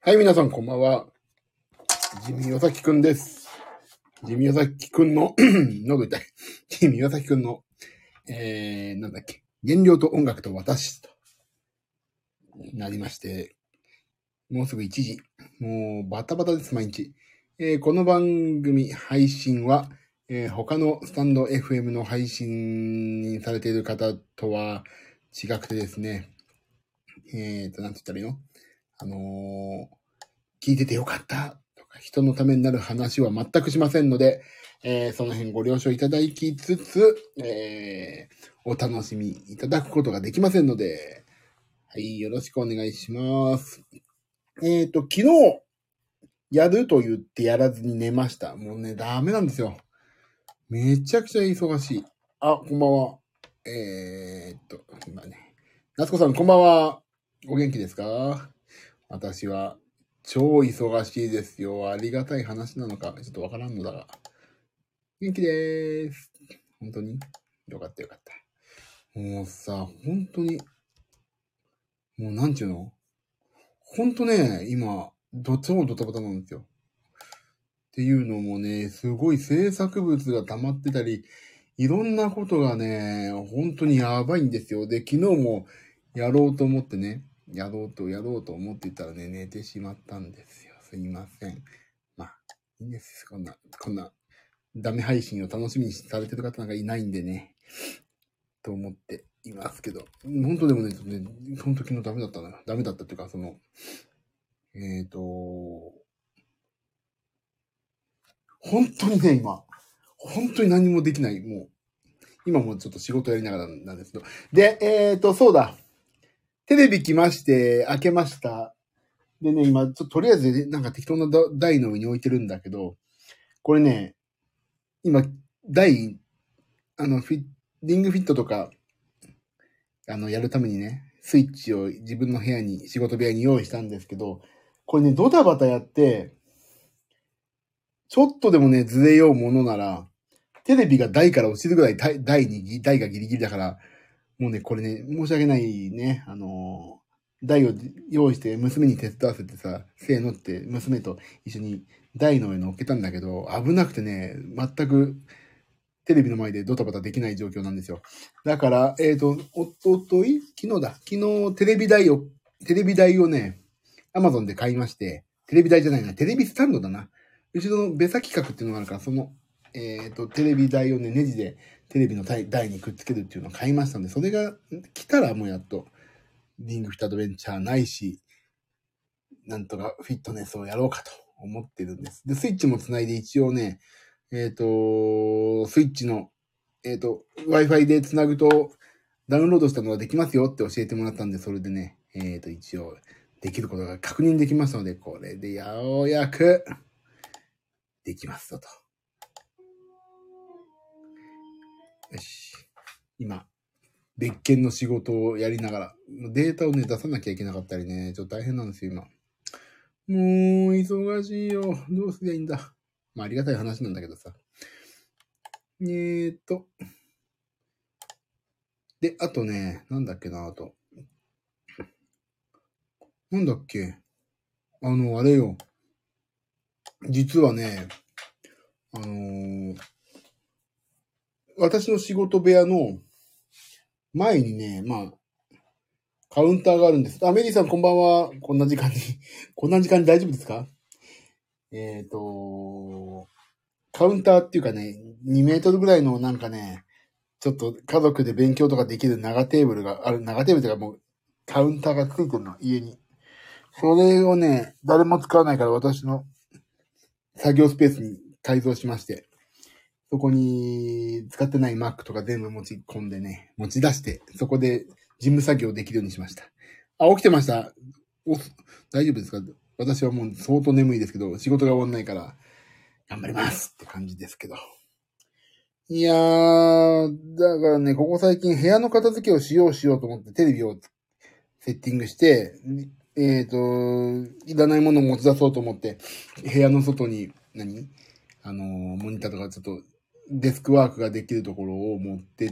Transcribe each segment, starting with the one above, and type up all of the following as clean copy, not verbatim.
はい、皆さんこんばんは。ジミーヨサキくんです。ジミーヨサキくんの、喉痛い。ジミーヨサキくんの、なんだっけ、原料と音楽と私となりまして、もうすぐ1時。もうバタバタです、毎日。この番組、配信は、他のスタンド FM の配信されている方とは違くてですね、なんて言ったらいいの聞いててよかったとか、人のためになる話は全くしませんので、その辺ご了承いただきつつ、お楽しみいただくことができませんので、はい、よろしくお願いします。昨日、やると言ってやらずに寝ました。もうね、ダメなんですよ。めちゃくちゃ忙しい。あ、こんばんは。今ね。夏子さん、こんばんは。お元気ですか？私は、超忙しいですよ。ありがたい話なのか、ちょっとわからんのだが。元気でーす。本当によかったよかった。もうさ、本当に、もうなんちゅうの本当ね、今、超ドタバタなんですよ。っていうのもね、すごい制作物が溜まってたり、いろんなことがね、本当にやばいんですよ。で、昨日もやろうと思ってね、やろうと思っていたらね、寝てしまったんですよ。すいません。まあ、いいんです。こんな、ダメ配信を楽しみにされてる方なんかいないんでね、と思っていますけど、本当でもね、その時のダメだったな。ダメだったっていうか、本当にね、今、本当に何もできない。もう、今もちょっと仕事やりながらなんですけど。で、そうだ。テレビ来まして、開けました。でね、今、とりあえず、なんか適当な台の上に置いてるんだけど、これね、今、台、リングフィットとか、やるためにね、スイッチを自分の部屋に、仕事部屋に用意したんですけど、これね、ドタバタやって、ちょっとでもね、ずれようものなら、テレビが台から落ちるぐらい台がギリギリだから、もうね、これね、申し訳ないね、台を用意して娘に手伝わせてさ、せーのって娘と一緒に台の上に乗っけたんだけど、危なくてね、全くテレビの前でドタバタできない状況なんですよ。だから、昨日テレビ台をね、アマゾンで買いまして、テレビ台じゃないな、テレビスタンドだな。うちのベサ企画っていうのがあるから、テレビ台をね、ネジでテレビの台にくっつけるっていうのを買いましたんで、それが来たらもうやっと、リングフィットアドベンチャーないし、なんとかフィットネスをやろうかと思ってるんです。で、スイッチもつないで一応ね、スイッチの、Wi-Fi でつなぐと、ダウンロードしたのができますよって教えてもらったんで、それでね、一応、できることが確認できましたので、これでようやく、できますよと。よし。今、別件の仕事をやりながら、データをね、出さなきゃいけなかったりね、ちょっと大変なんですよ、今。もう、忙しいよ。どうすりゃいいんだ。まあ、ありがたい話なんだけどさ。で、あとね、なんだっけな、あと。なんだっけ。あれよ。実はね、私の仕事部屋の前にね、まあ、カウンターがあるんです。メリーさんこんばんは。こんな時間にこんな時間に大丈夫ですか？カウンターっていうかね、2メートルぐらいのなんかね、ちょっと家族で勉強とかできる長テーブルがある、長テーブルというかもうカウンターがついてるの、家に。それをね、誰も使わないから私の作業スペースに改造しまして、そこに使ってない Mac とか全部持ち込んでね、持ち出して、そこで事務作業できるようにしました。起きてました。大丈夫ですか？私はもう相当眠いですけど、仕事が終わんないから、頑張りますって感じですけど。いやー、だからね、ここ最近部屋の片付けをしようと思ってテレビをセッティングして、いらないものを持ち出そうと思って、部屋の外に、モニターとかちょっとデスクワークができるところを持ってって、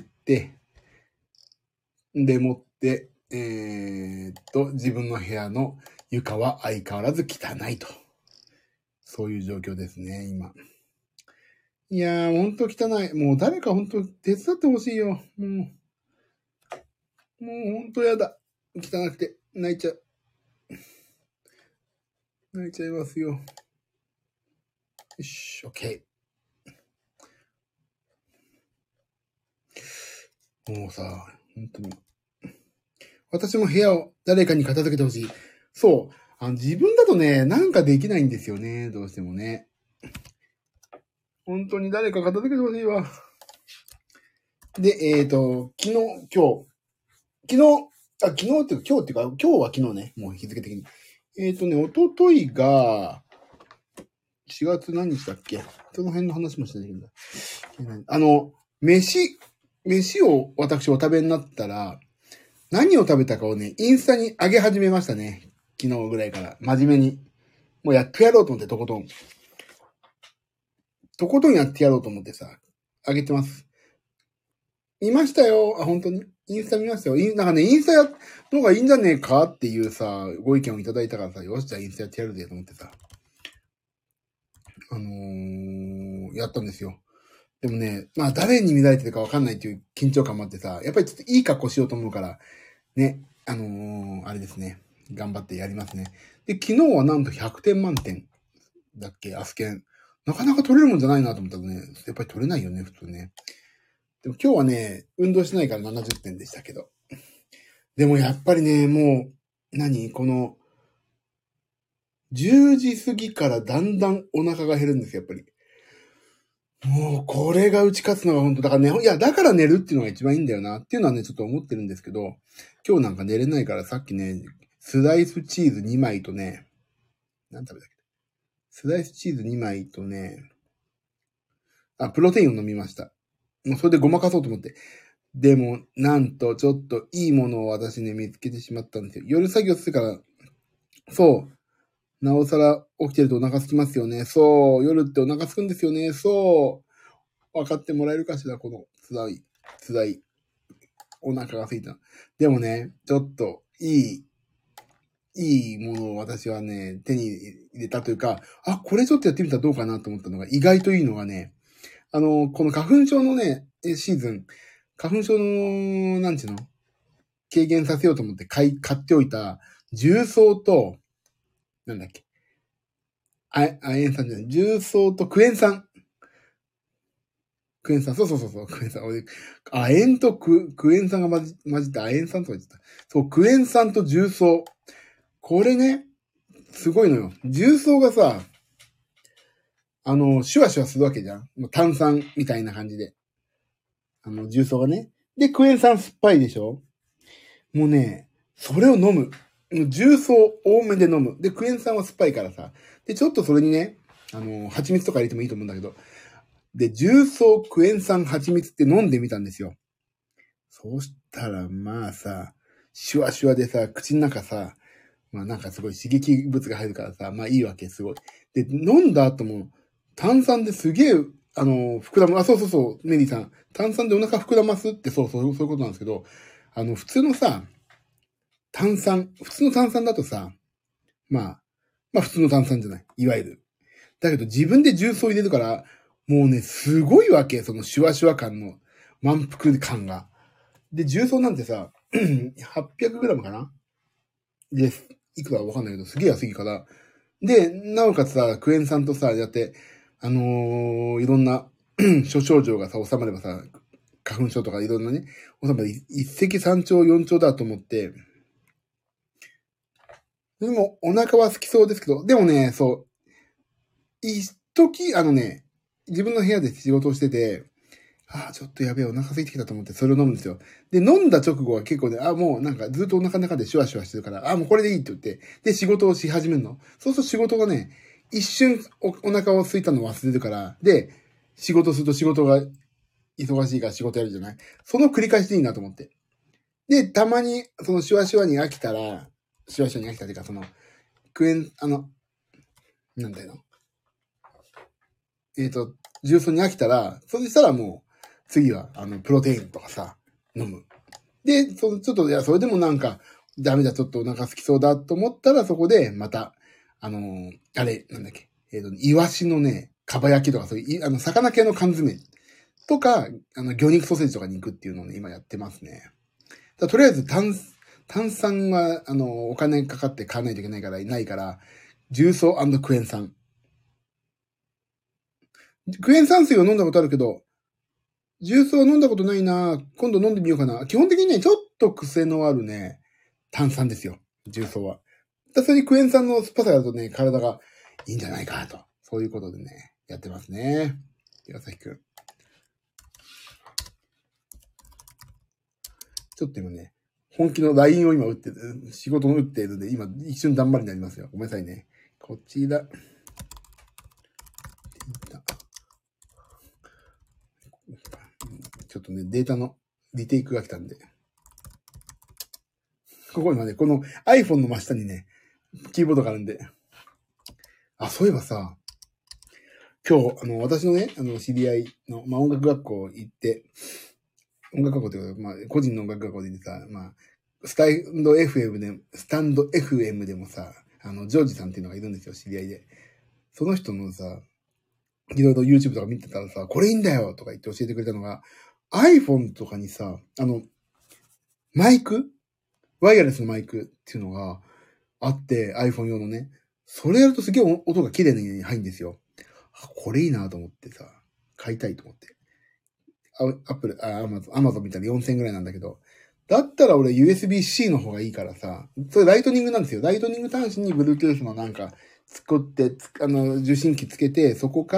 で、自分の部屋の床は相変わらず汚いと。そういう状況ですね、今。いやー、ほんと汚い。もう誰かほんと手伝ってほしいよ。もうほんとやだ。汚くて、泣いちゃう。泣いちゃいますよ。よし、OK。もうさ、本当に。私も部屋を誰かに片付けてほしい。そう。自分だとね、なんかできないんですよね。どうしてもね。本当に誰か片付けてほしいわ。で、昨日っていうか今日っていうか、今日は昨日ね、もう日付的に。一昨日が、4月何日だっけ？その辺の話もしてないけど。飯を私お食べになったら、何を食べたかをね、インスタに上げ始めましたね。昨日ぐらいから。真面目に。もうやってやろうと思って、とことん。とことんやってやろうと思ってさ、上げてます。見ましたよ。本当に。インスタ見ましたよ。なんかね、インスタや、の方がいいんじゃねえかっていうさ、ご意見をいただいたからさ、よし、じゃあインスタやってやるぜと思ってさ。やったんですよ。でもね、まあ誰に見られてるかわかんないっていう緊張感もあってさ、やっぱりちょっといい格好しようと思うから、ね、あれですね。頑張ってやりますね。で、昨日はなんと100点満点だっけ、アスケン。なかなか取れるもんじゃないなと思ったらね、やっぱり取れないよね、普通ね。でも今日はね、運動しないから70点でしたけど。でもやっぱりね、もう、この、10時過ぎからだんだんお腹が減るんですよ、やっぱり。もう、これが打ち勝つのが本当だからね、いや、だから寝るっていうのが一番いいんだよな、っていうのはね、ちょっと思ってるんですけど、今日なんか寝れないからさっきね、スライスチーズ2枚とね、何食べたっけ？スライスチーズ2枚とね、プロテインを飲みました。もうそれでごまかそうと思って。でも、なんと、ちょっといいものを私ね、見つけてしまったんですよ。夜作業するから、そう。なおさら起きてるとお腹空きますよね。そう。夜ってお腹空くんですよね。そう。分かってもらえるかしら、この辛い、お腹が空いた。でもね、ちょっと、いいものを私はね、手に入れたというか、これちょっとやってみたらどうかなと思ったのが、意外といいのがね、この花粉症のね、シーズン、花粉症の、なんちゅうの軽減させようと思って買っておいた、重曹と、なんだっけ亜鉛酸じゃない。重曹とクエン酸。クエン酸。そう、クエン酸。俺、亜鉛とクエン酸が混じって亜鉛酸とか言ってた。そう、クエン酸と重曹。これね、すごいのよ。重曹がさ、シュワシュワするわけじゃん。炭酸みたいな感じで。重曹がね。で、クエン酸酸っぱいでしょ？もうね、それを飲む。重曹多めで飲む。で、クエン酸は酸っぱいからさ。で、ちょっとそれにね、蜂蜜とか入れてもいいと思うんだけど。で、重曹、クエン酸、蜂蜜って飲んでみたんですよ。そうしたら、まあさ、シュワシュワでさ、口の中さ、まあなんかすごい刺激物が入るからさ、まあいいわけ、すごい。で、飲んだ後も、炭酸ですげえ、膨らむ。そう、メリーさん。炭酸でお腹膨らますって、そういうことなんですけど、普通のさ、普通の炭酸だとさ、まあ普通の炭酸じゃない。いわゆる。だけど自分で重曹入れるから、もうね、すごいわけ。そのシュワシュワ感の満腹感が。で、重曹なんてさ、800g かなで、いくらわかんないけど、すげえ安いから。で、なおかつさ、クエン酸とさ、やって、いろんな諸症状がさ、収まればさ、花粉症とかいろんなね、収まれば一石三鳥四鳥だと思って、でも、お腹は空きそうですけど、でもね、そう、一時、自分の部屋で仕事をしてて、ちょっとやべえ、お腹空いてきたと思ってそれを飲むんですよ。で、飲んだ直後は結構ね、もうなんかずっとお腹の中でシュワシュワしてるから、もうこれでいいって言って、で、仕事をし始めるの。そうすると仕事がね、一瞬お腹を空いたのを忘れるから、で、仕事すると仕事が忙しいから仕事やるじゃない？その繰り返しでいいなと思って。で、たまに、そのシュワシュワに飽きたら、シュワシュワに飽きたっていうか、その、なんだよな。重曹に飽きたら、そしたらもう、次は、プロテインとかさ、飲む。で、ちょっと、いや、それでもなんか、 ダメだ、ちょっとお腹空きそうだと思ったら、そこで、また、あれ、なんだっけ、イワシのね、かば焼きとか、そういう、魚系の缶詰とか、魚肉ソーセージとかに行くっていうのをね、今やってますね。とりあえず炭酸は、お金かかって買わないといけないから、ないから、重曹クエン酸。クエン酸水は飲んだことあるけど、重曹は飲んだことないな。今度飲んでみようかな。基本的にね、ちょっと癖のあるね、炭酸ですよ。重曹は。それにクエン酸の酸っぱさがあるとね、体がいいんじゃないかと。そういうことでね、やってますね。岩崎くん。ちょっと今ね、本気の LINE を今打って、仕事の打っているので、今一瞬だんまりになりますよ。ごめんなさいね。こちら。ちょっとね、データのリテイクが来たんで。ここにはね、この iPhone の真下にね、キーボードがあるんで。あ、そういえばさ、今日、私のね、知り合いの、音楽学校行って、音楽学校というか、個人の音楽学校で行ってさ、スタンド FM でもさ、ジョージさんっていうのがいるんですよ、知り合いで。その人のさ、いろいろ YouTube とか見てたらさ、これいいんだよとか言って教えてくれたのが、iPhone とかにさ、マイクワイヤレスのマイクっていうのがあって、iPhone 用のね。それやるとすげえ音が綺麗に入るんですよ。これいいなと思ってさ、買いたいと思って。Amazon みたいな4000円ぐらいなんだけど、だったら俺 USB-C の方がいいからさ、それライトニングなんですよ。ライトニング端子に Bluetooth のなんか作って、受信機つけて、そこから、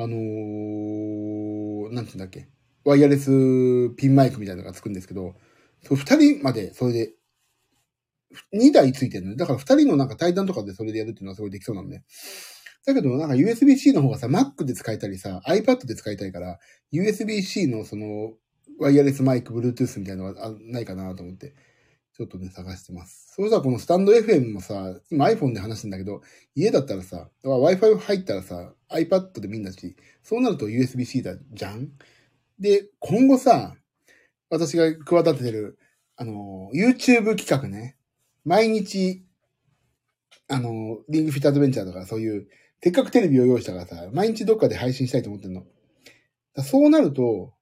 なんつうんだっけ、ワイヤレスピンマイクみたいなのがつくんですけど、二人までそれで、2台ついてるの。だから二人のなんか対談とかでそれでやるっていうのはすごいできそうなんで。だけどなんか USB-C の方がさ、Mac で使えたりさ、iPad で使いたいから、USB-C のその、ワイヤレスマイク、Bluetooth みたいなのがないかなと思って、ちょっとね、探してます。そうしたらこのスタンド FM もさ、今 iPhone で話してんだけど、家だったらさ、Wi-Fi 入ったらさ、iPad で見んだし、そうなると USB-C だじゃん。で、今後さ、私が企ててる、YouTube 企画ね。毎日、リングフィットアドベンチャーとかそういう、せっかくテレビを用意したからさ、毎日どっかで配信したいと思ってんの。そうなると、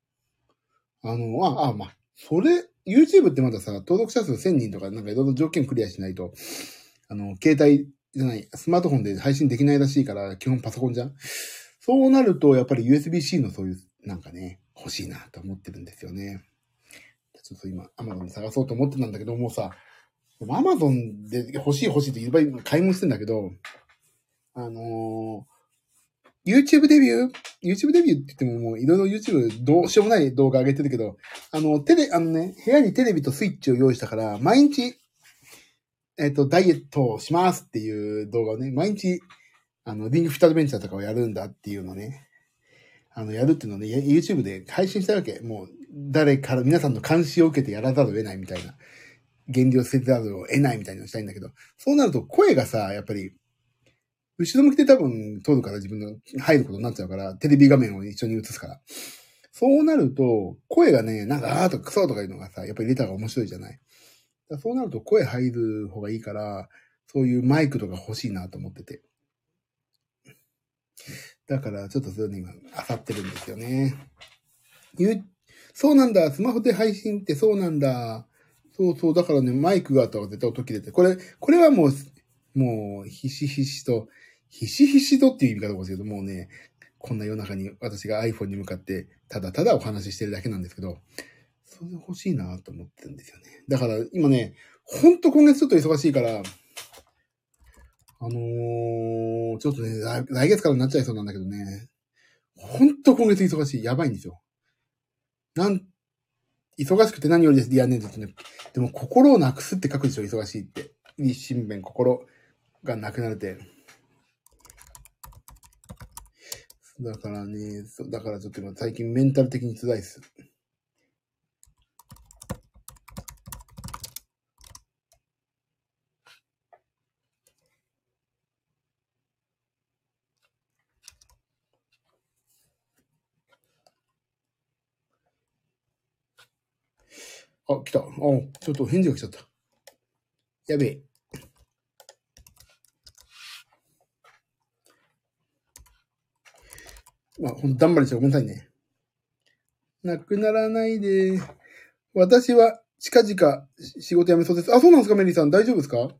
それ、YouTube ってまださ、登録者数1000人とかなんかいろいろ条件クリアしないと、携帯じゃない、スマートフォンで配信できないらしいから、基本パソコンじゃん。そうなると、やっぱり USB-C のそういう、なんかね、欲しいなと思ってるんですよね。ちょっと今、Amazon で探そうと思ってたんだけど、もうさ、Amazon で欲しいっていっぱい買い物してんだけど、YouTube デビューって言ってももういろいろ YouTube どうしようもない動画上げてるけど、部屋にテレビとスイッチを用意したから、毎日、ダイエットをしますっていう動画をね、毎日、リングフィットアドベンチャーとかをやるんだっていうのね、やるっていうのをね、YouTube で配信したわけ。もう、皆さんの監視を受けてやらざるを得ないみたいな。減量せざるを得ないみたいなのをしたいんだけど、そうなると声がさ、やっぱり、後ろ向きで多分通るから自分の入ることになっちゃうから、テレビ画面を一緒に映すから。そうなると、声がね、なんか、とかクソとかいうのがさ、やっぱり入れたら面白いじゃない。そうなると声入る方がいいから、そういうマイクとか欲しいなと思ってて。だから、ちょっとそれに今、漁ってるんですよね。そうなんだ、スマホで配信ってそうなんだ。そう、だからね、マイクがあったら絶対音切れて。これはもう、ひしひしとっていう意味かどうかですけど、もうね、こんな夜中に私が iPhone に向かって、ただただお話ししてるだけなんですけど、それ欲しいなと思ってるんですよね。だから今ね、ほんと今月ちょっと忙しいから、ちょっとね、来月からになっちゃいそうなんだけどね、ほんと今月忙しい。やばいんですよ。忙しくて何よりです。いやね、でも心をなくすって書くでしょ、忙しいって。一心弁、心がなくなるって。だからね、だからちょっと今最近メンタル的に辛いです。あ、来た。ちょっと返事が来ちゃった。 やべえ。まあ、ほんと、頑張りしてごめんなさいね。なくならないで。私は近々仕事辞めそうです。あ、そうなんですか、メリーさん。大丈夫ですか？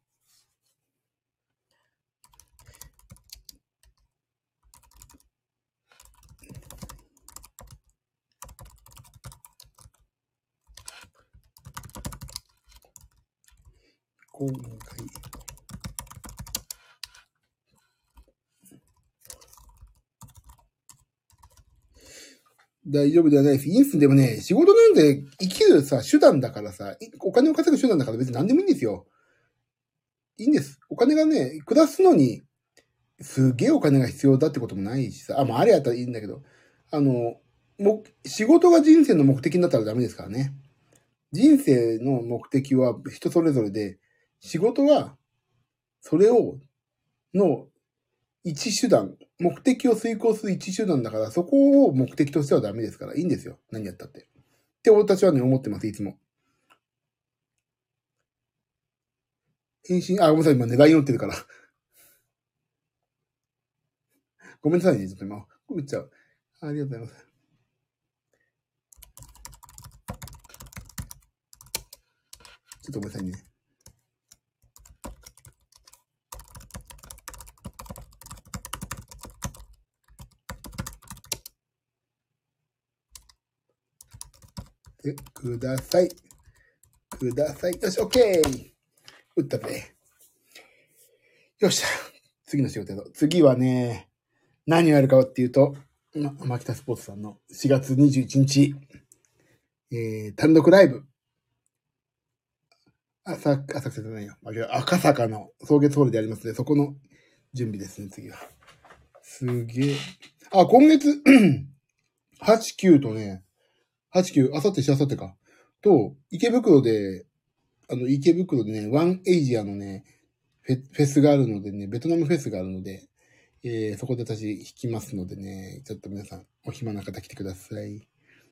今回。大丈夫ではないです。いいんす。でもね、仕事なんて生きるさ、手段だからさ、お金を稼ぐ手段だから別に何でもいいんですよ。いいんです。お金がね、暮らすのに、すげえお金が必要だってこともないしさ、まあ、あれやったらいいんだけど、仕事が人生の目的になったらダメですからね。人生の目的は人それぞれで、仕事は、それの一手段、目的を遂行する一手段だから、そこを目的としてはダメですから、いいんですよ。何やったって。って私はね、思ってます、いつも。返信、ごめんなさい、今ね、LINE 打ってるから。ごめんなさいね、ちょっと今、打っちゃう。ありがとうございます。ちょっとごめんなさいね。で、ください。ください。よし、OK! 打ったぜ。よっしゃ。次の仕事やろう。次はね、何をやるかっていうと、牧田スポーツさんの4月21日、単独ライブ。浅草じゃないよ。赤坂の草月ホールでやりますね。そこの準備ですね、次は。すげえ。今月、8、9とね、8、9、あさってしあさってか。と、池袋でね、ワンエイジアのね、フェスがあるのでね、ベトナムフェスがあるので、そこで私弾きますのでね、ちょっと皆さん、お暇な方来てください。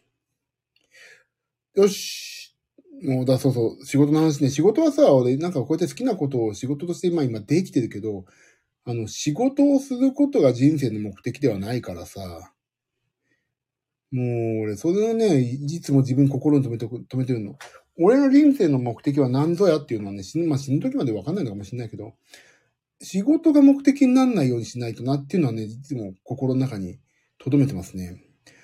よし。もうそうそう、仕事の話ね。仕事はさ、俺なんかこうやって好きなことを仕事として今できてるけど、仕事をすることが人生の目的ではないからさ、もう俺、それをね、いつも自分心に止めてるの。俺の人生の目的は何ぞやっていうのはね、死ぬ時まで分かんないのかもしれないけど、仕事が目的にならないようにしないとなっていうのはね、いつも心の中に留めてますね。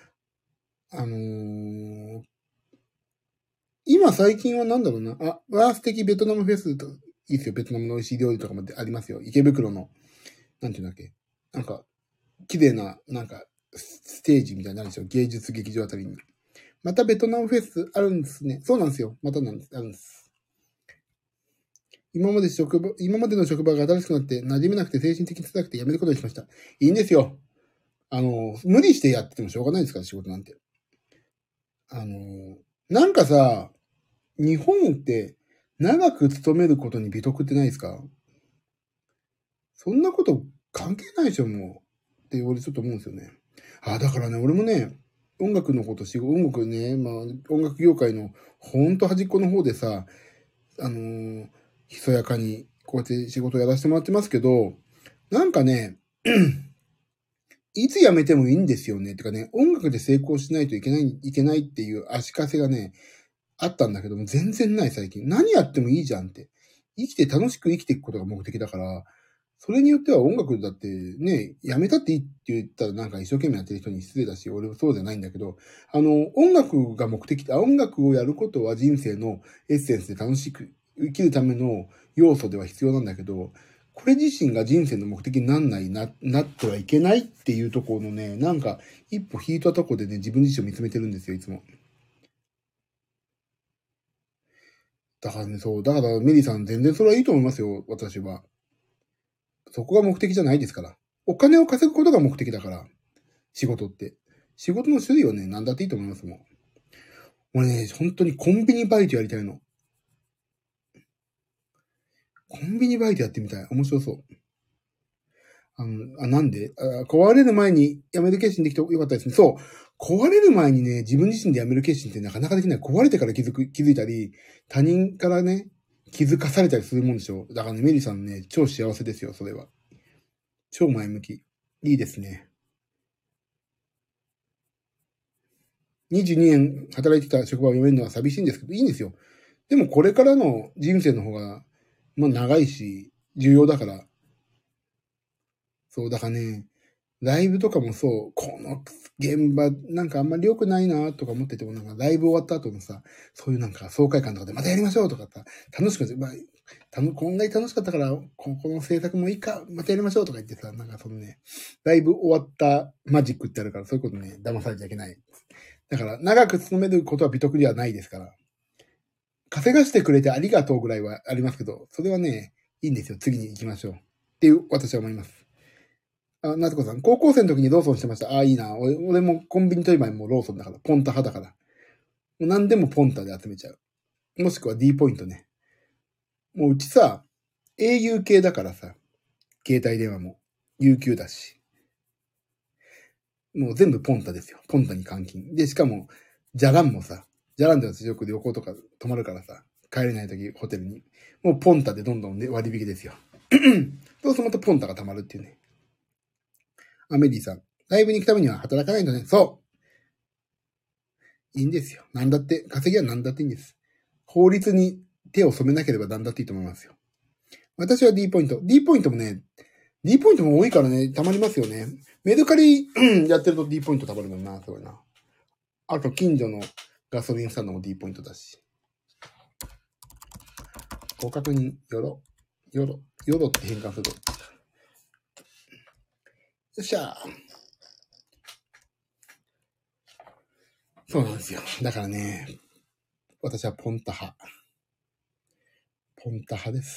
今最近はなんだろうな。ワース的ベトナムフェスと、いいですよ。ベトナムの美味しい料理とかもありますよ。池袋の、なんていうんだっけ。なんか、綺麗な、なんか、ステージみたいになるんですよ。芸術劇場あたりに。またベトナムフェスあるんですね。そうなんですよ。またなんです。あるんです。今までの職場が新しくなって馴染めなくて精神的に辛くて辞めることにしました。いいんですよ。無理してやっててもしょうがないですから、仕事なんて。なんかさ、日本って長く勤めることに美徳ってないですか？そんなこと関係ないでしょ、もう。って俺ちょっと思うんですよね。だからね、俺もね、音楽ね、音楽業界のほんと端っこの方でさ、ひそやかにこうやって仕事をやらせてもらってますけど、なんかね、いつ辞めてもいいんですよね。てかね、音楽で成功しないといけないっていう足かせがね、あったんだけども、全然ない最近。何やってもいいじゃんって。楽しく生きていくことが目的だから、それによっては音楽だってね、やめたっていいって言ったらなんか一生懸命やってる人に失礼だし、俺もそうじゃないんだけど、音楽が目的、音楽をやることは人生のエッセンスで楽しく生きるための要素では必要なんだけど、これ自身が人生の目的になってはいけないっていうところのね、なんか一歩引いたところでね、自分自身を見つめてるんですよ、いつも。だからね、そう。だからメリーさん全然それはいいと思いますよ、私は。そこが目的じゃないですから。お金を稼ぐことが目的だから。仕事って。仕事の種類はね、何だっていいと思いますもん。俺ね、本当にコンビニバイトやりたいの。コンビニバイトやってみたい。面白そう。なんで壊れる前に辞める決心できてよかったですね。そう。壊れる前にね、自分自身で辞める決心ってなかなかできない。壊れてから気づいたり、他人からね、 気づかされたりするもんでしょ。だからね、メリーさんね、超幸せですよ、それは。超前向き。いいですね。22年働いてた職場を辞めるのは寂しいんですけど、いいんですよ。でもこれからの人生の方が、まあ長いし、重要だから。そう、だからね、ライブとかもそう、この現場なんかあんまり良くないなとか思ってても、なんかライブ終わった後のさ、そういうなんか爽快感とかでまたやりましょうとかさ、楽しくて、まあ、こんなに楽しかったから、この制作もいいか、またやりましょうとか言ってさ、なんかそのね、ライブ終わったマジックってあるから、そういうことね、騙されちゃいけない。だから、長く勤めることは美徳ではないですから。稼がしてくれてありがとうぐらいはありますけど、それはね、いいんですよ。次に行きましょう。っていう、私は思います。あ、なつこさん、高校生の時にローソンしてました。あ、いいな。俺もコンビニといえばもうローソンだから、ポンタ派だから。もう何でもポンタで集めちゃう。もしくは D ポイントね。もううちさ、au 系だからさ、携帯電話も UQ だし。もう全部ポンタですよ。ポンタに換金。で、しかも、じゃらんもさ、じゃらんで私よく旅行とか泊まるからさ、帰れない時ホテルに。もうポンタでどんどん、ね、割引ですよ。そうするとまたポンタが貯まるっていうね。アメリーさん、ライブに行くためには働かないとね。そう。いいんですよ。なんだって、稼ぎはなんだっていいんです。法律に手を染めなければなんだっていいと思いますよ。私は D ポイント。D ポイントもね、D ポイントも多いからね、溜まりますよね。メルカリやってると D ポイント溜まるもんな、すごいな。あと、近所のガソリンスタンドも D ポイントだし。ご確認、よろって変換すると。よっしゃー。そうなんですよ。だからね、私はポンタ派。ポンタ派です。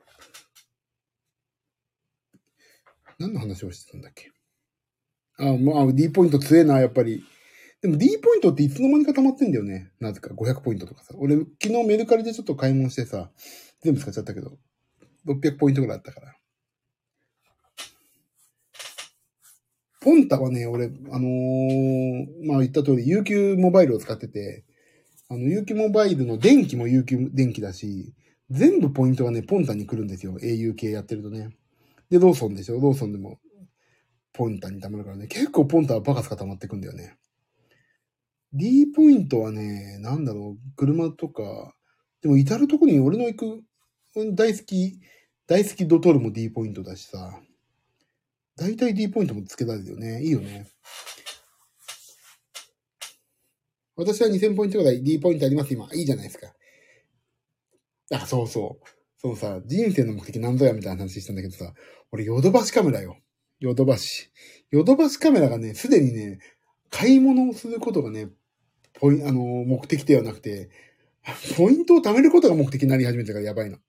何の話をしてたんだっけ。まあ、D ポイント強えな、やっぱり。でも D ポイントっていつの間にか溜まってんだよね。なぜか500ポイントとかさ。俺、昨日メルカリでちょっと買い物してさ、全部使っちゃったけど、600ポイントぐらいあったから。ポンタはね、俺、まあ言った通り、UQ モバイルを使ってて、UQ モバイルの電気も UQ 電気だし、全部ポイントがね、ポンタに来るんですよ。au 系やってるとね。で、ローソンでしょ。ローソンでも、ポンタに溜まるからね。結構ポンタはバカスカ溜まってくんだよね。D ポイントはね、なんだろう、車とか、でも至るとこに俺の行く、大好きドトールも D ポイントだしさ、大体 D ポイントもつけられるよね。いいよね。私は2000ポイントぐらい D ポイントあります、今。いいじゃないですか。あ、そうそう。そのさ、人生の目的なんぞやみたいな話したんだけどさ、俺、ヨドバシカメラよ。ヨドバシ。ヨドバシカメラがね、すでにね、買い物をすることがね、目的ではなくて、ポイントを貯めることが目的になり始めてからやばいの。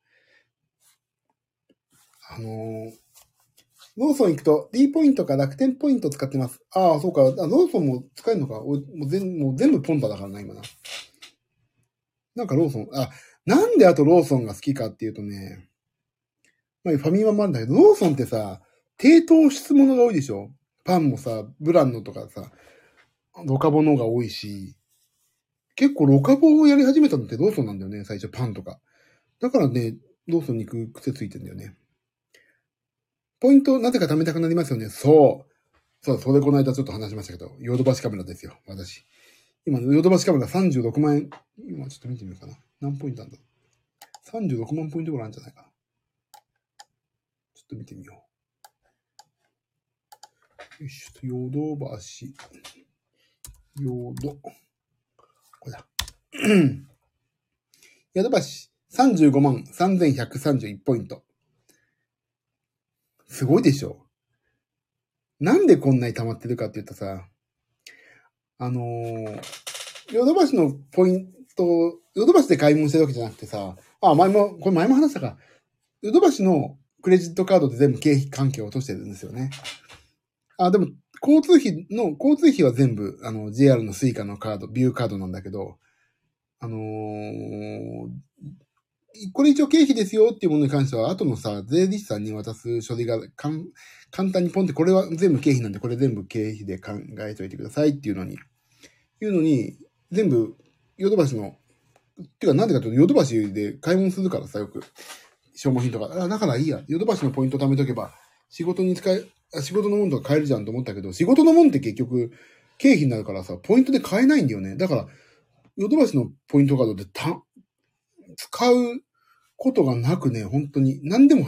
ローソン行くと D ポイントか楽天ポイント使ってます。ああ、そうか。ローソンも使えるのか。もう全部ポンタだからな、今な。なんかローソン、なんであとローソンが好きかっていうとね、まあファミマもあるんだけど、ローソンってさ、低糖質ものが多いでしょ。パンもさ、ブランドとかさ、ロカボのが多いし、結構ロカボをやり始めたのってローソンなんだよね、最初パンとか。だからね、ローソンに行く癖ついてんだよね。ポイントなぜか貯めたくなりますよね。そう。そう、それこの間ちょっと話しましたけど、ヨドバシカメラですよ、私。今、ヨドバシカメラ36万円。今ちょっと見てみようかな。何ポイントなんだろう。36万ポイントぐらいあるんじゃないかな。ちょっと見てみよう。よいしょ、ヨドバシ。これだ。ヨドバシ35万3131ポイント。すごいでしょ。なんでこんなに溜まってるかって言うとさ、ヨドバシのポイント、ヨドバシで買い物してるわけじゃなくてさ、これ前も話したか。ヨドバシのクレジットカードで全部経費関係を落としてるんですよね。でも、交通費は全部、JR のスイカのカード、ビューカードなんだけど、これ一応経費ですよっていうものに関しては、後のさ、税理士さんに渡す書類が簡単にポンって、これは全部経費なんで、これ全部経費で考えといてくださいっていうのに、全部、ヨドバシのてかなんでかというと、ヨドバシで買い物するからさ、よく。消耗品とか。だからいいや。ヨドバシのポイント貯めとけば、仕事のもんとか買えるじゃんと思ったけど、仕事のもんって結局、経費になるからさ、ポイントで買えないんだよね。だから、ヨドバシのポイントカードで使うことがなくね、本当に、何でも、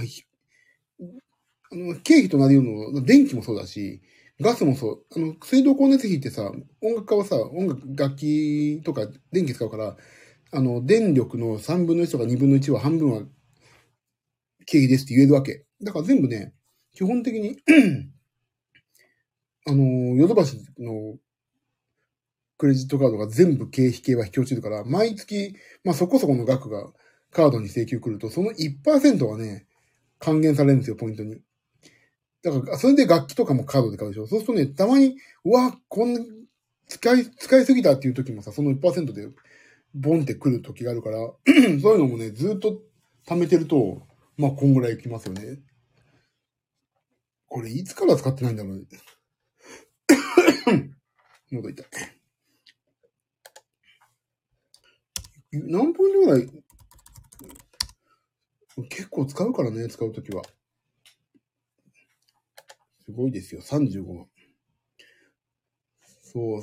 経費となりうるの、電気もそうだし、ガスもそう。水道光熱費ってさ、音楽家はさ、楽器とか電気使うから、電力の3分の1とか2分の1は半分は経費ですって言えるわけ。だから全部ね、基本的にヨドバシのクレジットカードが全部経費系は引き落ちるから、毎月、まあそこそこの額がカードに請求来ると、その 1% はね、還元されるんですよ、ポイントに。だから、それで楽器とかもカードで買うでしょ。そうするとね、たまに、こんな、使いすぎたっていう時もさ、その 1% で、ボンって来る時があるから、そういうのもね、ずっと貯めてると、まあ、こんぐらいいきますよね。これ、いつから使ってないんだろうね。喉痛い。何ポイントぐらい、結構使うからね、使うときは。すごいですよ、35万。そう。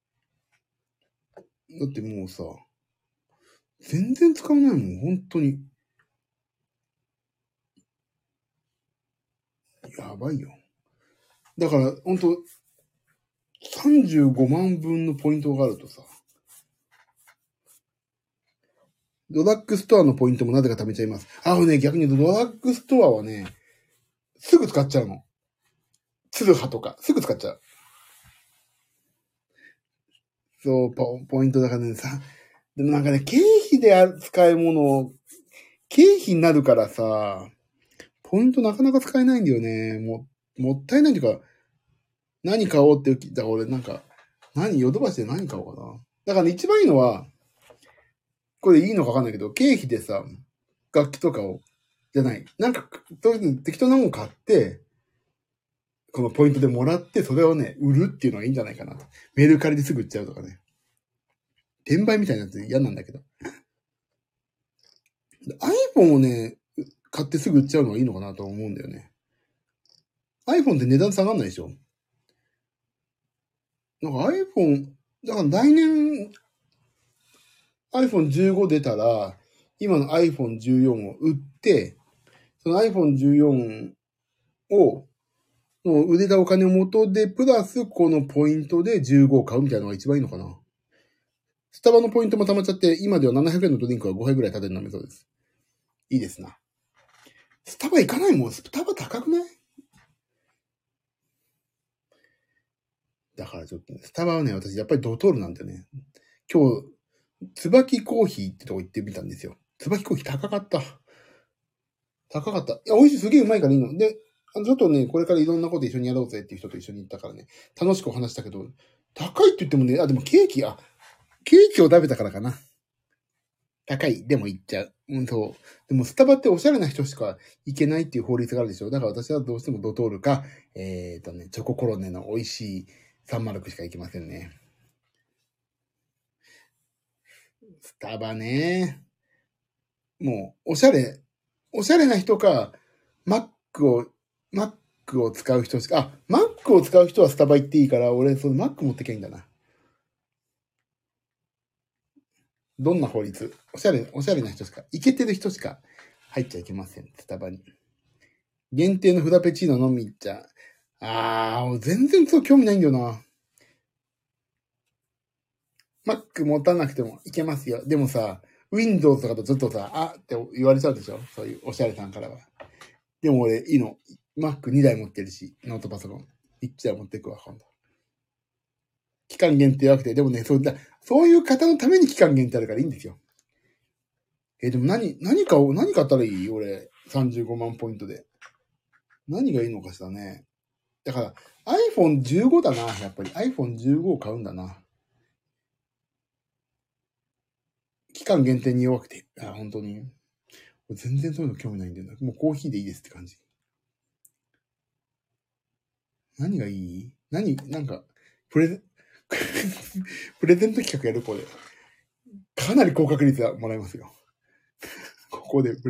だってもうさ、全然使わないもん、本当に。やばいよ。だから、本当35万分のポイントがあるとさ、ドラッグストアのポイントもなぜか貯めちゃいます。逆に言うとドラッグストアはね、すぐ使っちゃうの。ツルハとか、すぐ使っちゃう。そう、ポイントだからね、でもなんかね、経費で使えるもの、経費になるからさ、ポイントなかなか使えないんだよね。もったいないっていうか、何買おうって、だから俺なんか、ヨドバシで何買おうかな。だからね、一番いいのは、これいいのかわかんないけど、経費でさ、楽器とかを、じゃない。なんか、適当なもの買って、このポイントでもらって、それをね、売るっていうのがいいんじゃないかな。メルカリですぐ売っちゃうとかね。転売みたいなやつ嫌なんだけど。iPhone をね、買ってすぐ売っちゃうのがいいのかなと思うんだよね。iPhone って値段下がんないでしょ。なんか iPhone、だから来年 iPhone15 出たら、今の iPhone14 を売って、その iPhone14 を、売れたお金を元で、プラスこのポイントで15を買うみたいなのが一番いいのかな。スタバのポイントも溜まっちゃって、今では700円のドリンクが5杯ぐらい食べるのめそうです。いいですな。スタバ行かないもん。スタバ高くない？だからちょっとね、スタバはね、私やっぱりドトールなんだよね。今日、椿コーヒーってとこ行ってみたんですよ。椿コーヒー高かった。高かった。いや、美味しい、すげえうまいからいいの。で、ちょっとね、これからいろんなこと一緒にやろうぜっていう人と一緒に行ったからね、楽しくお話したけど、高いって言ってもね、でもケーキを食べたからかな。高い。でも行っちゃう。そう。でもスタバっておしゃれな人しか行けないっていう法律があるでしょ。だから私はどうしてもドトールか、チョココロネの美味しいサンマルクしか行けませんね。スタバね。もう、おしゃれな人か、Mac を使う人しか、Mac を使う人はスタバ行っていいから、俺、その Mac 持ってきゃいいんだな。どんな法律？おしゃれな人しか、イケてる人しか入っちゃいけません、スタバに。限定のフラペチーノ飲み行っちゃう。全然そう興味ないんだよな。Mac 持たなくてもいけますよ。でもさ、Windows とかとちょっとさ、って言われちゃうでしょ？そういうおしゃれさんからは。でも俺、いいの。Mac2 台持ってるし、ノートパソコン。1台持ってくわ、今度。期間限定なくて、でもね、そういう方のために期間限定あるからいいんですよ。でも何買ったらいい？俺、35万ポイントで。何がいいのかしらね。だから、iPhone15 だな、やっぱり。iPhone15 を買うんだな。期間限定に弱くて。本当に。全然そういうの興味ないんだよな。もうコーヒーでいいですって感じ。何がいい？なんか、プレゼント企画やるこれ。 かなり高確率はもらえますよ。ここで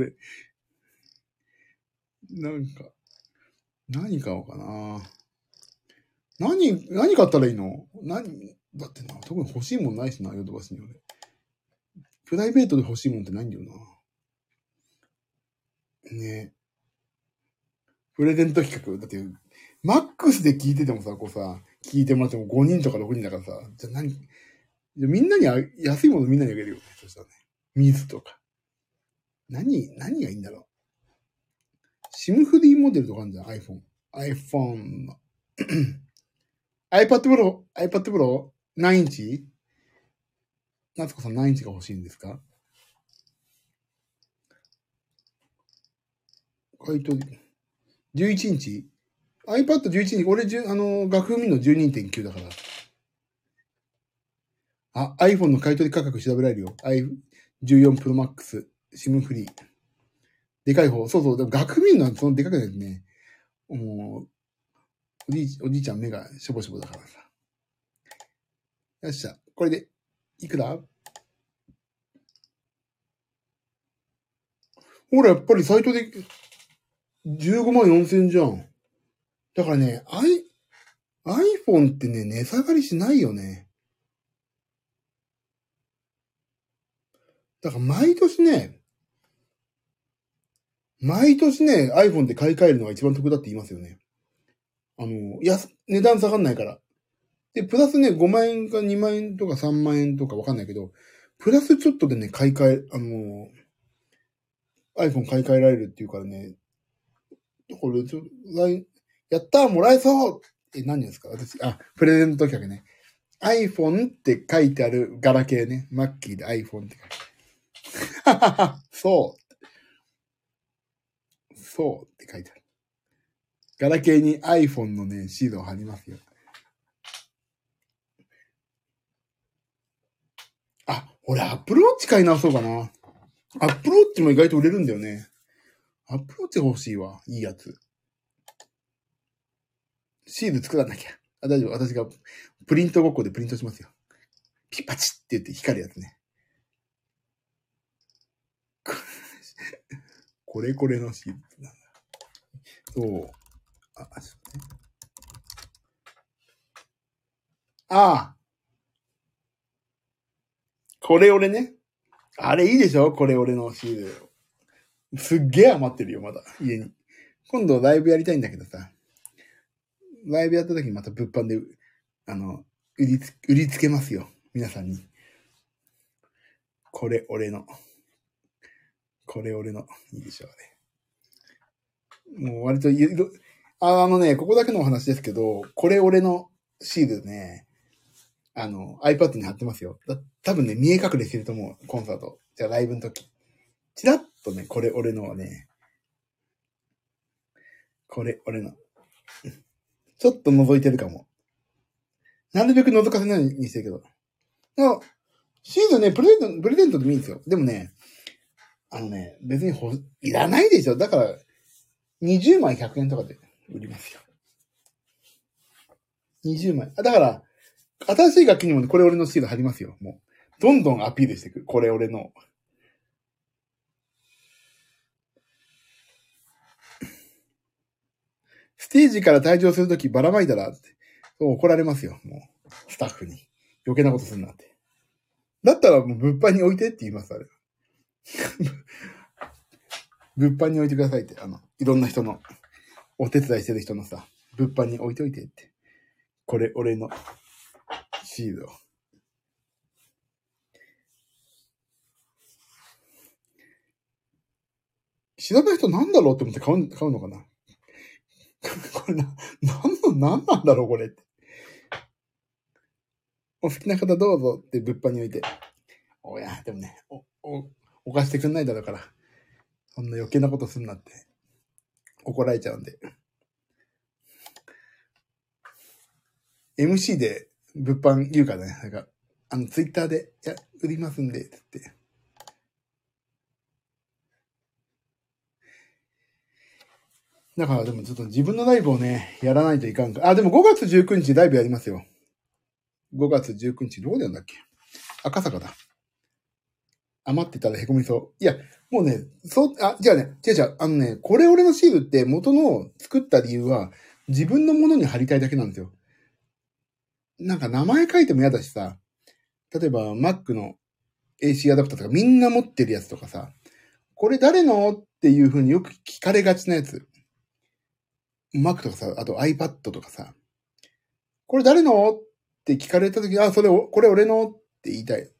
なんか、何買おうかな。何買ったらいいの？だってな、特に欲しいもんないしな、ヨドバシに俺。プライベートで欲しいもんってないんだよな。ね。プレゼント企画。だって、マックスで聞いててもさ、聞いてもらっても5人とか6人だからさ、じゃあみんなに安いものみんなにあげるよね。そしたらね。水とか。何がいいんだろう。シムフリーモデルとかあるじゃん、iPhone の。iPad Pro 何インチ？夏子さん何インチが欲しいんですか？11インチ？ iPad 11インチ、俺、楽譜見の 12.9 だから。iPhone の買い取り価格調べられるよ。14 Pro Max、シムフリー。でかい方。そうそう。でも楽譜見るのはそのでかくないとね、もう、おじいちゃん目がしょぼしょぼだからさ。よっしゃ。これで、いくら？ほら、やっぱりサイトで15万4千じゃん。だからね、iPhone ってね、値下がりしないよね。だから毎年ね、iPhone で買い替えるのが一番得だって言いますよね。値段下がんないから。で、プラスね、5万円か2万円とか3万円とかわかんないけど、プラスちょっとでね、iPhone 買い替えられるっていうからね、これやったーもらえそう何ですか？プレゼント企画ね。iPhone って書いてあるガラケーね。マッキーで iPhone って書いてある。そうって書いてある。ガラケーに iPhone のね、シールを貼りますよ。俺アップルウォッチ買い直そうかな。アップルウォッチも意外と売れるんだよね。アップルウォッチ欲しいわ。いいやつ。シール作らなきゃ。大丈夫。私がプリントごっこでプリントしますよ。ピパチって言って光るやつね。これのシールなんだ。そう。ちょっとね。これ俺ね。あれいいでしょ？これ俺のシール。すっげえ余ってるよ、まだ。家に。今度ライブやりたいんだけどさ。ライブやった時にまた物販で、売りつけますよ。皆さんに。これ俺の。いいでしょうね。もう割とここだけのお話ですけど、これ俺のシールね、iPad に貼ってますよ。多分ね、見え隠れしてると思う。コンサート。じゃあライブの時。チラッとね、これ俺のはね、これ俺の。ちょっと覗いてるかも。なるべく覗かせないようにしてるけど。シールね、プレゼントでもいいんですよ。でもね、別にいらないでしょ。だから、20枚100円とかで売りますよ。20枚。だから、新しい楽器にもね、これ俺のシール貼りますよ。もう、どんどんアピールしていく。これ俺の。ステージから退場するときばらまいたらって、怒られますよ。もう、スタッフに。余計なことするなって。だったらもう物販に置いてって言います、あれ。物販に置いてくださいって。いろんな人の、お手伝いしてる人のさ、物販に置いといてって。これ、俺のシールを。知らない人なんだろうって思って買うのかな。これなんなんだろうこれって。お好きな方どうぞって物販に置いて。でもね、お貸してくんないだろうから。そんな余計なことすんなって。怒られちゃうんで。MC で物販言うからね。ツイッターで、売りますんで、つって。だからでもちょっと自分のライブをね、やらないといかんか。でも5月19日ライブやりますよ。5月19日どこでやるんだっけ？赤坂だ。 余ってたら凹みそう。いや、もうね、じゃあね、違う。これ俺のシールって元の作った理由は、自分のものに貼りたいだけなんですよ。なんか名前書いても嫌だしさ、例えば Mac の AC アダプターとかみんな持ってるやつとかさ、これ誰のっていう風によく聞かれがちなやつ。Mac とかさ、あと iPad とかさ、これ誰のって聞かれたとき、これ俺のって言いたい。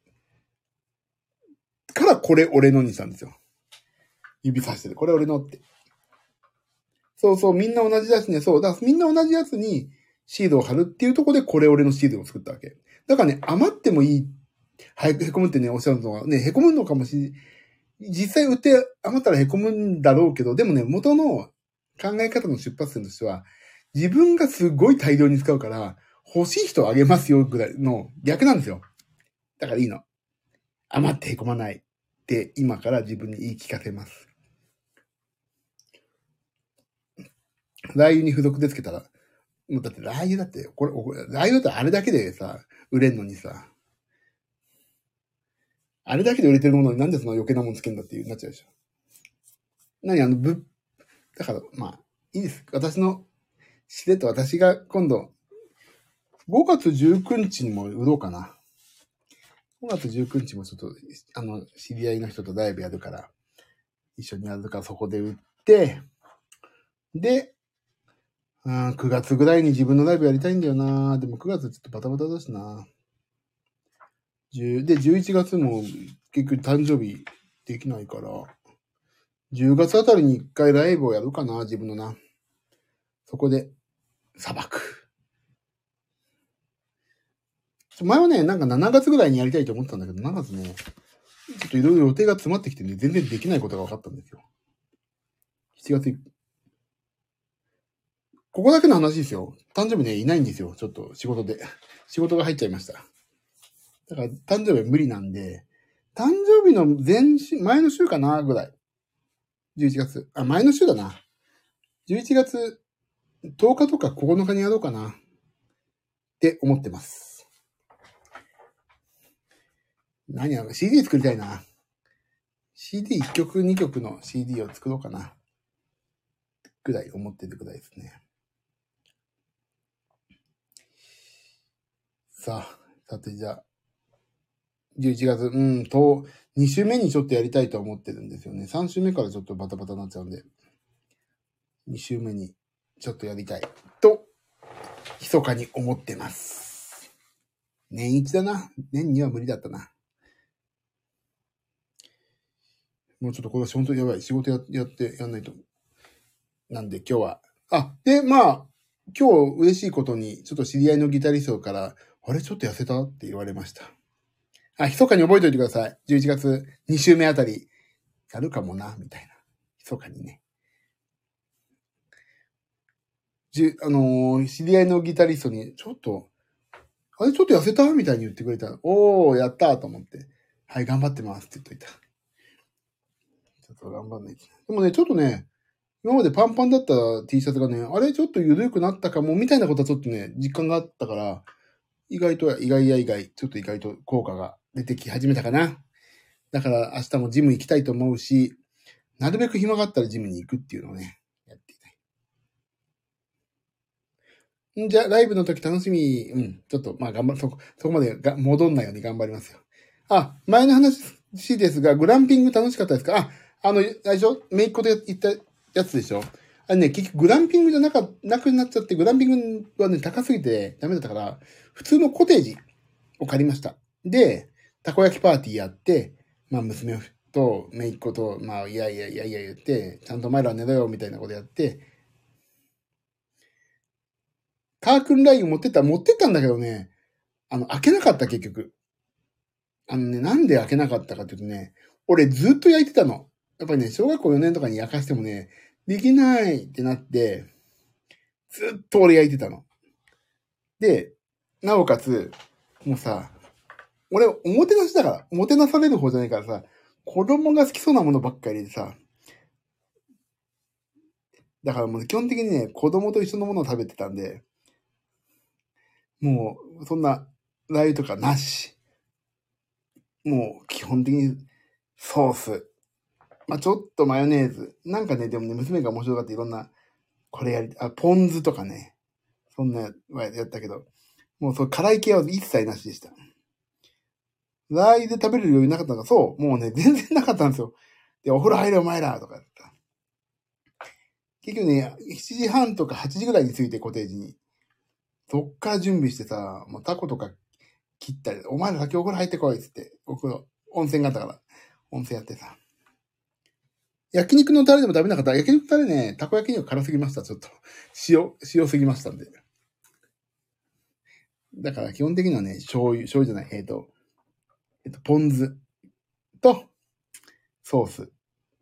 からこれ俺のにしたんですよ。指さしてる。これ俺のって。そうそう、みんな同じだしね、そう。だからみんな同じやつにシールを貼るっていうところでこれ俺のシールを作ったわけ。だからね、余ってもいい。早く凹むってね、おっしゃるのはね、凹むのかも実際売って余ったら凹むんだろうけど、でもね、元の考え方の出発点としては、自分がすごい大量に使うから、欲しい人をあげますよぐらいの逆なんですよ。だからいいの。余って凹まないって今から自分に言い聞かせます。ラー油に付属でつけたら、もうだってラー油だって、ラー油だってあれだけでさ、売れんのにさ、あれだけで売れてるものになんでその余計なものつけんだっていうなっちゃうでしょ。だから、まあ、いいです。私の、しれっと私が今度、5月19日にも売ろうかな。5月19日もちょっと、知り合いの人とライブやるから、一緒にやるからそこで売って、で、9月ぐらいに自分のライブやりたいんだよな。でも9月ちょっとバタバタだしな。で、11月も結局誕生日できないから、10月あたりに1回ライブをやるかな、自分のな。そこで、砂漠。前はね、なんか7月ぐらいにやりたいと思ってたんだけど、7月ね、ちょっといろいろ予定が詰まってきてね、全然できないことが分かったんですよ。7月、ここだけの話ですよ。誕生日ね、いないんですよ。ちょっと仕事で。仕事が入っちゃいました。だから誕生日は無理なんで、誕生日の前の週かなぐらい。11月。前の週だな。11月10日とか9日にやろうかな。って思ってます。何やろ ?CD 作りたいな。CD1 曲2曲の CD を作ろうかな。ぐらい思ってるぐらいですね。さてじゃあ、11月、2週目にちょっとやりたいと思ってるんですよね。3週目からちょっとバタバタになっちゃうんで、2週目にちょっとやりたいと、密かに思ってます。年1だな。年2は無理だったな。もうちょっとこれ本当にやばい。仕事やんないと。なんで今日は。で、今日嬉しいことに、ちょっと知り合いのギタリストから、あれちょっと痩せたって言われました。密かに覚えておいてください。11月2週目あたり、やるかもな、みたいな。密かにね。知り合いのギタリストに、ちょっと痩せたみたいに言ってくれた。おー、やったと思って。はい、頑張ってますって言っといた。ちょっと頑張んないと。でもね、ちょっとね、今までパンパンだった T シャツがね、あれちょっと緩くなったかも、みたいなことはちょっとね、実感があったから、意外と効果が出てき始めたかな。だから明日もジム行きたいと思うし、なるべく暇があったらジムに行くっていうのをね、やっていたい。じゃあ、ライブの時楽しみ。ちょっと、そこまで戻んないように頑張りますよ。前の話ですが、グランピング楽しかったですか？あれでしょ？めいっ子で言ったやつでしょ？結局グランピングじゃなくなっちゃって、グランピングはね、高すぎてダメだったから、普通のコテージを借りました。で、たこ焼きパーティーやって、娘とめいっ子と、いや言って、ちゃんとお前ら寝ろよ、みたいなことやって、カークンライン持ってったんだけどね、開けなかった結局。なんで開けなかったかっていうとね、俺ずっと焼いてたの。やっぱりね、小学校4年とかに焼かしてもね、できないってなって、ずっと俺焼いてたの。で、なおかつ、もうさ、俺、おもてなしだから、おもてなされる方じゃないからさ、子供が好きそうなものばっかりでさ、だからもう基本的にね、子供と一緒のものを食べてたんで、もう、そんな、ラー油とかなし。もう、基本的に、 ソース。まあ、ちょっとマヨネーズ。なんかね、でもね、娘が面白がっていろんな、これポン酢とかね。そんなやったけど、もうそう辛い系は一切なしでした。ラー油で食べれる余裕なかったのか、そう、もうね、全然なかったんですよ。で、お風呂入れお前らとか言った。結局ね、7時半とか8時ぐらいに着いてコテージに。そっから準備してさ、もうタコとか切ったり、お前ら先お風呂入ってこいっつって、お風呂、温泉があったから、温泉やってさ。焼肉のタレでも食べなかった。焼肉のタレね、たこ焼きには辛すぎました。ちょっと。塩すぎましたんで。だから基本的にはね、醤油じゃない、ポン酢とソース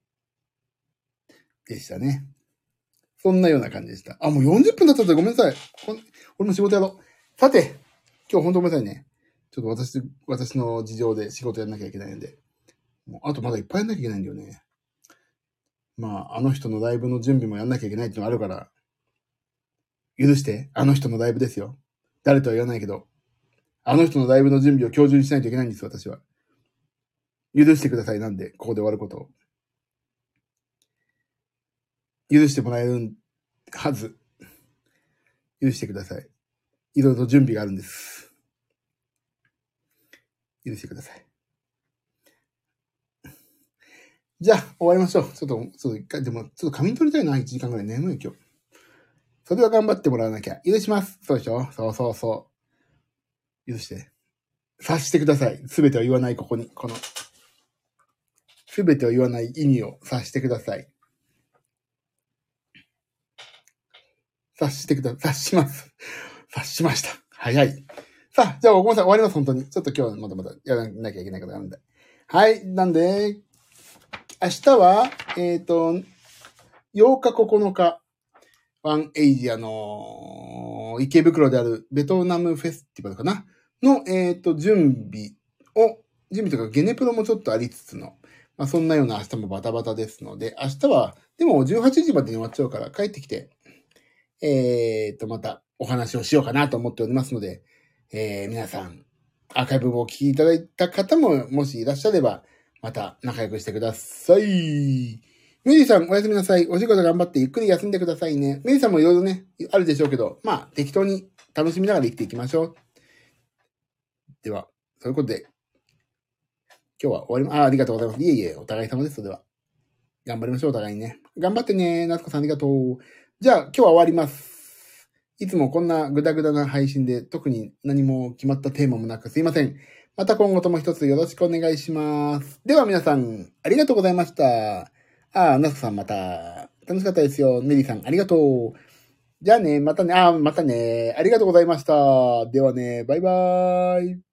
でしたね。そんなような感じでした。あ、もう40分経ったってごめんなさい。俺も仕事やろう。さて、今日本当ごめんなさいね。ちょっと私の事情で仕事やんなきゃいけないんで。もうあとまだいっぱいやんなきゃいけないんだよね。まあ、あの人のライブの準備もやんなきゃいけないっていうのがあるから、許して、あの人のライブですよ。誰とは言わないけど、あの人のライブの準備を今日中にしないといけないんですよ、私は。許してください、なんで、ここで終わることを。許してもらえるはず。許してください。いろいろと準備があるんです。許してください。じゃあ、終わりましょう。ちょっと一回、でも、ちょっと仮眠取りたいな、1時間ぐらい眠い今日。それは頑張ってもらわなきゃ。許します。そうでしょ？そう。許して。察してください。すべてを言わない、この、すべてを言わない意味を察してください。察します。察しました。早い。さあ、じゃあごめんなさい。終わります、本当に。ちょっと今日はまたやらなきゃいけないことがあるんで。はい。なんで、明日は、8日9日、ワンエイジアの池袋であるベトナムフェスティバルかなの、準備とかゲネプロもちょっとありつつの、まあそんなような明日もバタバタですので、明日は、でも18時までに終わっちゃうから帰ってきて、またお話をしようかなと思っておりますので、皆さん、アーカイブをお聞きいただいた方も、もしいらっしゃれば、また仲良くしてください。メリーさん、おやすみなさい。お仕事頑張ってゆっくり休んでくださいね。メリーさんもいろいろね、あるでしょうけど、まあ、適当に楽しみながら生きていきましょう。では、そういうことで、今日は終わりありがとうございます。いえ、お互い様です。それでは。頑張りましょう、お互いにね。頑張ってね。夏子さんありがとう。じゃあ、今日は終わります。いつもこんなグダグダな配信で特に何も決まったテーマもなくすいません。また今後とも一つよろしくお願いします。では皆さん、ありがとうございました。夏子さんまた、楽しかったですよ。メリーさんありがとう。じゃあね、またね、またね、ありがとうございました。ではね、バイバーイ。